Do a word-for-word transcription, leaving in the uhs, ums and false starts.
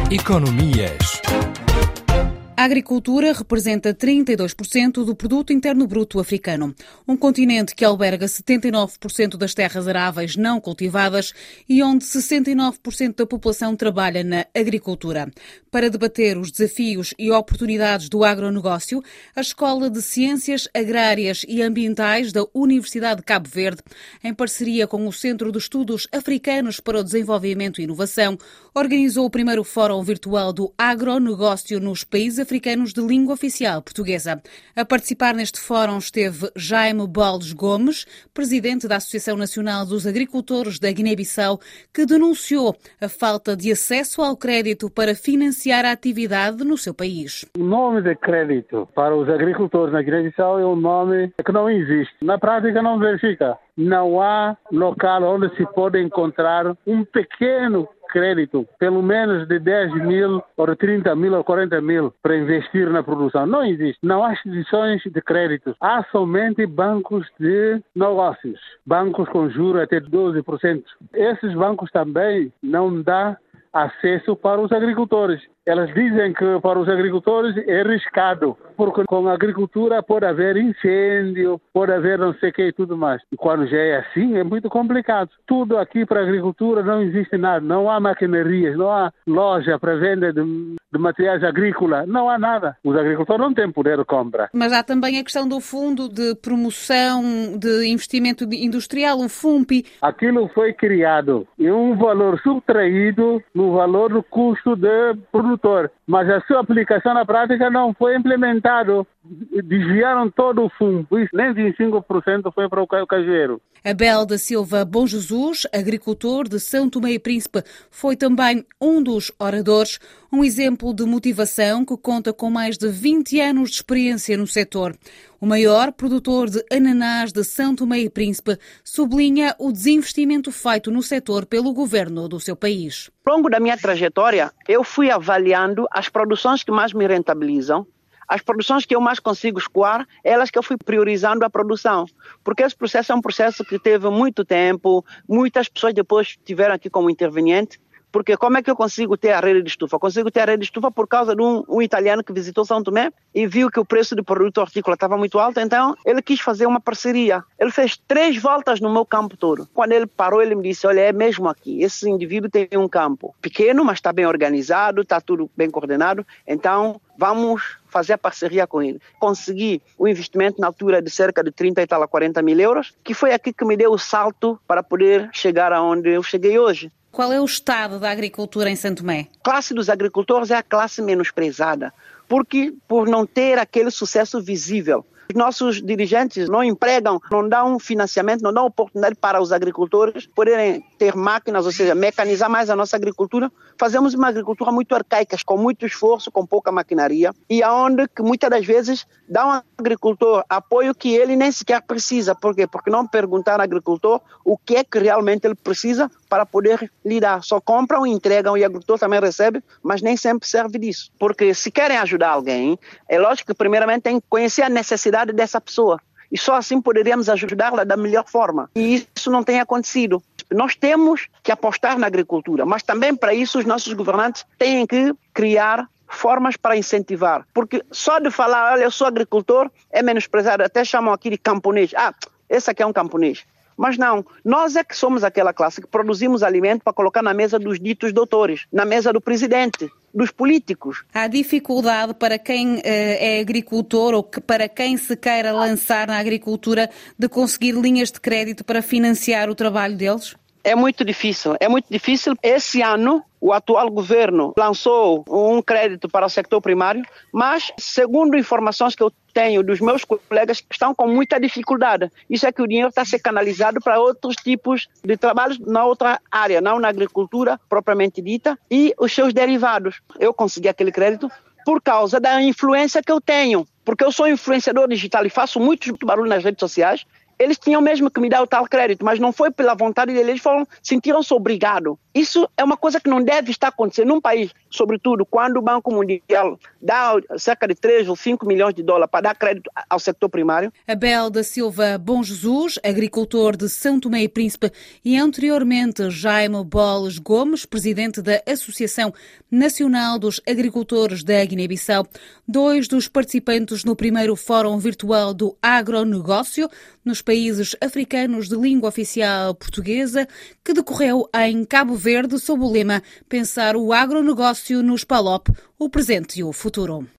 Economias. A agricultura representa trinta e dois por cento do produto interno bruto africano, um continente que alberga setenta e nove por cento das terras aráveis não cultivadas e onde sessenta e nove por cento da população trabalha na agricultura. Para debater os desafios e oportunidades do agronegócio, a Escola de Ciências Agrárias e Ambientais da Universidade de Cabo Verde, em parceria com o Centro de Estudos Africanos para o Desenvolvimento e Inovação, organizou o primeiro Fórum Virtual do Agronegócio nos países africanos de língua oficial portuguesa. A participar neste fórum esteve Jaime Boldes Gomes, presidente da Associação Nacional dos Agricultores da Guiné-Bissau, que denunciou a falta de acesso ao crédito para financiar a atividade no seu país. O nome de crédito para os agricultores na Guiné-Bissau é um nome que não existe. Na prática não verifica. Não há local onde se pode encontrar um pequeno crédito, pelo menos de dez mil, ou de trinta mil, ou quarenta mil, para investir na produção. Não existe. Não há instituições de créditos. Há somente bancos de negócios. Bancos com juros até doze por cento. Esses bancos também não dão acesso para os agricultores. Elas dizem que para os agricultores é arriscado, porque com a agricultura pode haver incêndio, pode haver não sei o que e tudo mais. E quando já é assim, é muito complicado. Tudo aqui para a agricultura não existe nada. Não há maquinarias, não há loja para venda de, de materiais agrícolas, não há nada. Os agricultores não têm poder de compra. Mas há também a questão do Fundo de Promoção de Investimento Industrial, o FUNPI. Aquilo foi criado em um valor subtraído no valor do custo de produtor. Mas a sua aplicação na prática não foi implementado. Desviaram todo o fundo. Nem vinte e cinco por cento foi para o cajueiro. Abel da Silva Bom Jesus, agricultor de São Tomé e Príncipe, foi também um dos oradores, um exemplo de motivação que conta com mais de vinte anos de experiência no setor. O maior produtor de ananás de São Tomé e Príncipe sublinha o desinvestimento feito no setor pelo governo do seu país. Ao longo da minha trajetória, eu fui avaliando as produções que mais me rentabilizam. As produções que eu mais consigo escoar, elas que eu fui priorizando a produção. Porque esse processo é um processo que teve muito tempo, muitas pessoas depois tiveram aqui como interveniente. Porque como é que eu consigo ter a rede de estufa? Eu consigo ter a rede de estufa por causa de um, um italiano que visitou São Tomé e viu que o preço do produto hortícola estava muito alto, então ele quis fazer uma parceria. Ele fez três voltas no meu campo todo. Quando ele parou, ele me disse, olha, é mesmo aqui, esse indivíduo tem um campo pequeno, mas está bem organizado, está tudo bem coordenado, então vamos fazer a parceria com ele. Consegui o investimento na altura de cerca de trinta e tal a quarenta mil euros, que foi aqui que me deu o salto para poder chegar aonde eu cheguei hoje. Qual é o estado da agricultura em São Tomé? A classe dos agricultores é a classe menosprezada, porque por não ter aquele sucesso visível. Os nossos dirigentes não empregam, não dão financiamento, não dão oportunidade para os agricultores poderem ter máquinas, ou seja, mecanizar mais a nossa agricultura. Fazemos uma agricultura muito arcaica, com muito esforço, com pouca maquinaria, e aonde que muitas das vezes dá um agricultor apoio que ele nem sequer precisa. Por quê? Porque não perguntar ao agricultor o que é que realmente ele precisa para poder lidar. Só compram e entregam e o agricultor também recebe, mas nem sempre serve disso. Porque se querem ajudar alguém, é lógico que primeiramente tem que conhecer a necessidade dessa pessoa. E só assim poderíamos ajudá-la da melhor forma. E isso não tem acontecido. Nós temos que apostar na agricultura, mas também para isso os nossos governantes têm que criar formas para incentivar. Porque só de falar, olha, eu sou agricultor, é menosprezado. Até chamam aqui de camponês. Ah, esse aqui é um camponês. Mas não, nós é que somos aquela classe que produzimos alimento para colocar na mesa dos ditos doutores, na mesa do presidente, dos políticos. Há dificuldade para quem uh, é agricultor ou que, para quem se queira lançar na agricultura de conseguir linhas de crédito para financiar o trabalho deles? É muito difícil, é muito difícil. Esse ano, o atual governo lançou um crédito para o sector primário, mas, segundo informações que eu tenho dos meus colegas, que estão com muita dificuldade. Isso é que o dinheiro está a ser canalizado para outros tipos de trabalhos na outra área, não na agricultura propriamente dita, e os seus derivados. Eu consegui aquele crédito por causa da influência que eu tenho, porque eu sou influenciador digital e faço muito barulho nas redes sociais. eles tinham mesmo que me dar o tal crédito, mas não foi pela vontade deles, eles foram, sentiram-se obrigados. Isso é uma coisa que não deve estar acontecendo num país, sobretudo quando o Banco Mundial dá cerca de três ou cinco milhões de dólares para dar crédito ao setor primário. Abel da Silva Bom Jesus, agricultor de São Tomé e Príncipe, e anteriormente Jaime Boles Gomes, presidente da Associação Nacional dos Agricultores da Guiné-Bissau, dois dos participantes no primeiro Fórum Virtual do Agronegócio nos países africanos de língua oficial portuguesa, que decorreu em Cabo Verde sob o lema Pensar o agronegócio nos PALOP, o presente e o futuro.